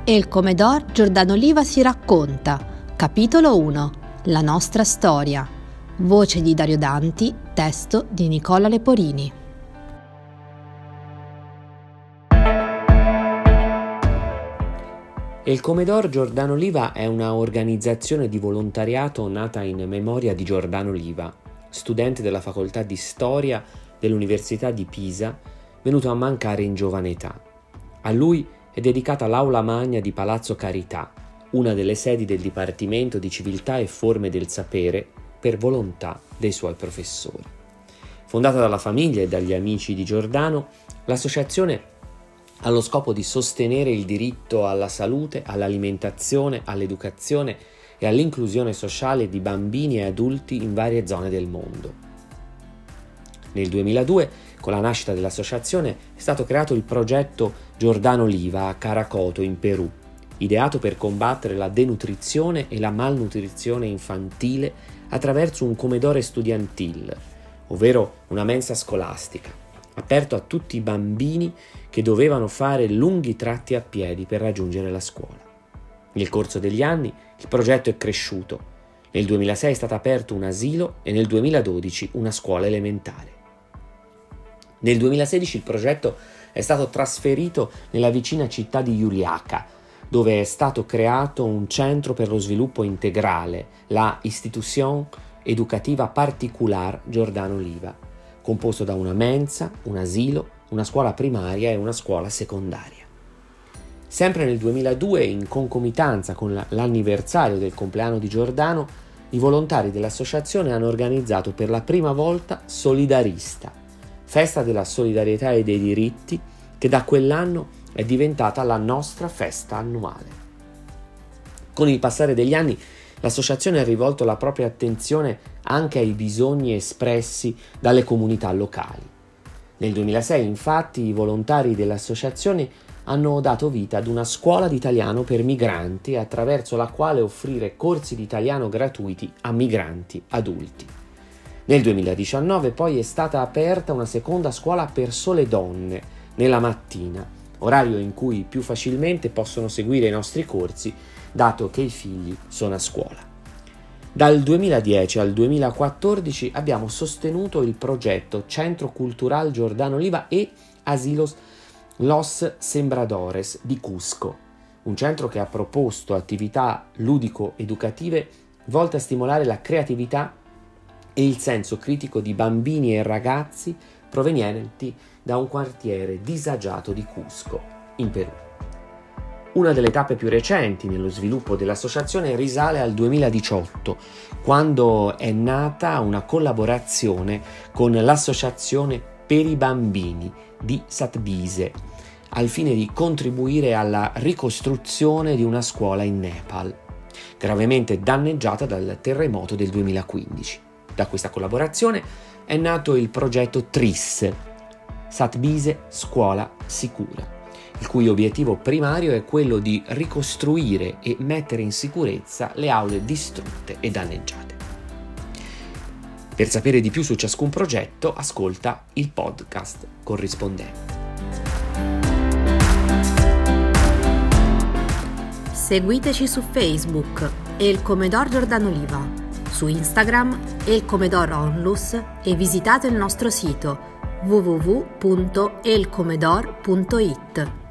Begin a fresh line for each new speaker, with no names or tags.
E il Comedor Giordano Oliva si racconta. Capitolo 1. La nostra storia. Voce di Dario Danti, testo di Nicola Leporini.
Il Comedor Giordano Oliva è una organizzazione di volontariato nata in memoria di Giordano Oliva, studente della facoltà di storia dell'Università di Pisa, venuto a mancare in giovane età. A lui è dedicata l'Aula Magna di Palazzo Carità, una delle sedi del Dipartimento di Civiltà e Forme del Sapere per volontà dei suoi professori. Fondata dalla famiglia e dagli amici di Giordano, l'associazione ha lo scopo di sostenere il diritto alla salute, all'alimentazione, all'educazione e all'inclusione sociale di bambini e adulti in varie zone del mondo. Nel 2002, con la nascita dell'associazione, è stato creato il progetto Giordano Oliva a Caracoto, in Perù, ideato per combattere la denutrizione e la malnutrizione infantile attraverso un comedore studiantil, ovvero una mensa scolastica, aperto a tutti i bambini che dovevano fare lunghi tratti a piedi per raggiungere la scuola. Nel corso degli anni il progetto è cresciuto. Nel 2006 è stato aperto un asilo e nel 2012 una scuola elementare. Nel 2016 il progetto è stato trasferito nella vicina città di Juliaca, dove è stato creato un centro per lo sviluppo integrale, la Institución Educativa Particular Giordano Oliva, composto da una mensa, un asilo, una scuola primaria e una scuola secondaria. Sempre nel 2002, in concomitanza con l'anniversario del compleanno di Giordano, i volontari dell'associazione hanno organizzato per la prima volta Solidarista, festa della solidarietà e dei diritti, che da quell'anno è diventata la nostra festa annuale. Con il passare degli anni, l'associazione ha rivolto la propria attenzione anche ai bisogni espressi dalle comunità locali. Nel 2006, infatti, i volontari dell'associazione hanno dato vita ad una scuola di italiano per migranti, attraverso la quale offrire corsi di italiano gratuiti a migranti adulti. Nel 2019 poi è stata aperta una seconda scuola per sole donne nella mattina, orario in cui più facilmente possono seguire i nostri corsi, dato che i figli sono a scuola. Dal 2010 al 2014 abbiamo sostenuto il progetto Centro Cultural Giordano Oliva e Asilos Los Sembradores di Cusco, un centro che ha proposto attività ludico-educative volte a stimolare la creatività e il senso critico di bambini e ragazzi provenienti da un quartiere disagiato di Cusco, in Perù. Una delle tappe più recenti nello sviluppo dell'associazione risale al 2018, quando è nata una collaborazione con l'Associazione per i Bambini di Satbise, al fine di contribuire alla ricostruzione di una scuola in Nepal, gravemente danneggiata dal terremoto del 2015. Da questa collaborazione è nato il progetto TRIS, Satbise Scuola Sicura, il cui obiettivo primario è quello di ricostruire e mettere in sicurezza le aule distrutte e danneggiate. Per sapere di più su ciascun progetto, ascolta il podcast corrispondente.
Seguiteci su Facebook El Comedor Giordano Oliva, su Instagram El Comedor Onlus e visitate il nostro sito www.elcomedor.it.